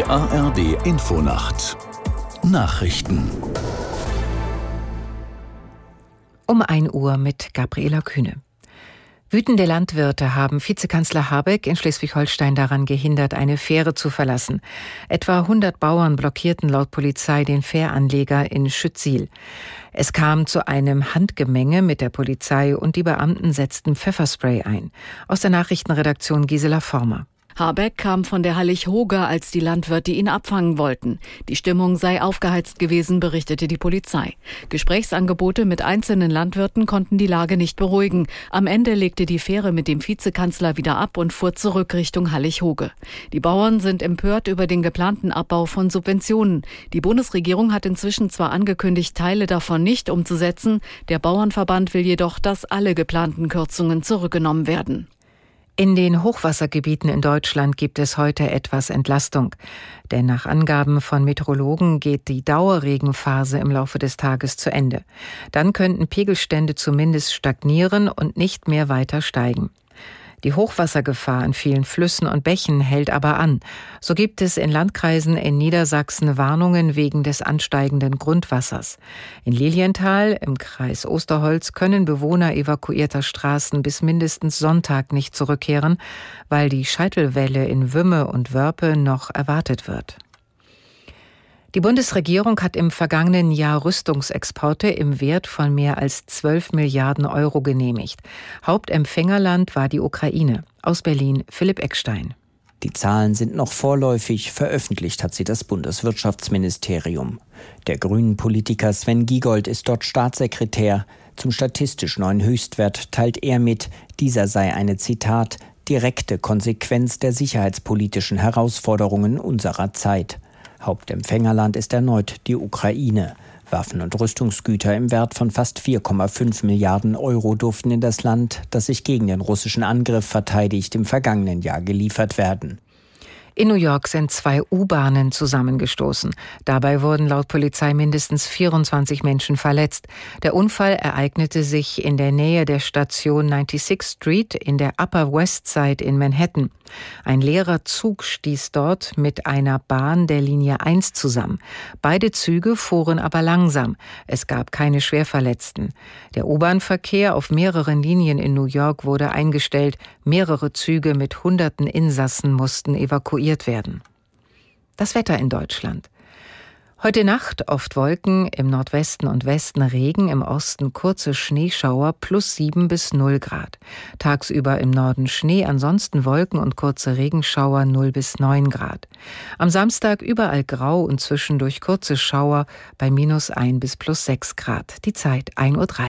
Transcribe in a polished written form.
Die ARD-Infonacht Nachrichten. Um 1 Uhr mit Gabriela Kühne. Wütende Landwirte haben Vizekanzler Habeck in Schleswig-Holstein daran gehindert, eine Fähre zu verlassen. Etwa 100 Bauern blockierten laut Polizei den Fähranleger in Schüttsiel. Es kam zu einem Handgemenge mit der Polizei und die Beamten setzten Pfefferspray ein. Aus der Nachrichtenredaktion Gisela Former. Habeck kam von der Hallig-Hoge, als die Landwirte ihn abfangen wollten. Die Stimmung sei aufgeheizt gewesen, berichtete die Polizei. Gesprächsangebote mit einzelnen Landwirten konnten die Lage nicht beruhigen. Am Ende legte die Fähre mit dem Vizekanzler wieder ab und fuhr zurück Richtung Hallig-Hoge. Die Bauern sind empört über den geplanten Abbau von Subventionen. Die Bundesregierung hat inzwischen zwar angekündigt, Teile davon nicht umzusetzen. Der Bauernverband will jedoch, dass alle geplanten Kürzungen zurückgenommen werden. In den Hochwassergebieten in Deutschland gibt es heute etwas Entlastung. Denn nach Angaben von Meteorologen geht die Dauerregenphase im Laufe des Tages zu Ende. Dann könnten Pegelstände zumindest stagnieren und nicht mehr weiter steigen. Die Hochwassergefahr an vielen Flüssen und Bächen hält aber an. So gibt es in Landkreisen in Niedersachsen Warnungen wegen des ansteigenden Grundwassers. In Lilienthal im Kreis Osterholz können Bewohner evakuierter Straßen bis mindestens Sonntag nicht zurückkehren, weil die Scheitelwelle in Wümme und Wörpe noch erwartet wird. Die Bundesregierung hat im vergangenen Jahr Rüstungsexporte im Wert von mehr als 12 Milliarden Euro genehmigt. Hauptempfängerland war die Ukraine. Aus Berlin Philipp Eckstein. Die Zahlen sind noch vorläufig, veröffentlicht hat sie das Bundeswirtschaftsministerium. Der Grünen-Politiker Sven Giegold ist dort Staatssekretär. Zum statistisch neuen Höchstwert teilt er mit, dieser sei eine, Zitat, direkte Konsequenz der sicherheitspolitischen Herausforderungen unserer Zeit. Hauptempfängerland ist erneut die Ukraine. Waffen und Rüstungsgüter im Wert von fast 4,5 Milliarden Euro durften in das Land, das sich gegen den russischen Angriff verteidigt, im vergangenen Jahr geliefert werden. In New York sind 2 U-Bahnen zusammengestoßen. Dabei wurden laut Polizei mindestens 24 Menschen verletzt. Der Unfall ereignete sich in der Nähe der Station 96th Street in der Upper West Side in Manhattan. Ein leerer Zug stieß dort mit einer Bahn der Linie 1 zusammen. Beide Züge fuhren aber langsam. Es gab keine Schwerverletzten. Der U-Bahn-Verkehr auf mehreren Linien in New York wurde eingestellt. Mehrere Züge mit Hunderten Insassen mussten evakuiert werden. Das Wetter in Deutschland. Heute Nacht oft Wolken, im Nordwesten und Westen Regen, im Osten kurze Schneeschauer, +7 bis 0 Grad. Tagsüber im Norden Schnee, ansonsten Wolken und kurze Regenschauer 0 bis 9 Grad. Am Samstag überall grau und zwischendurch kurze Schauer bei -1 bis +6 Grad. Die Zeit 1:03 Uhr.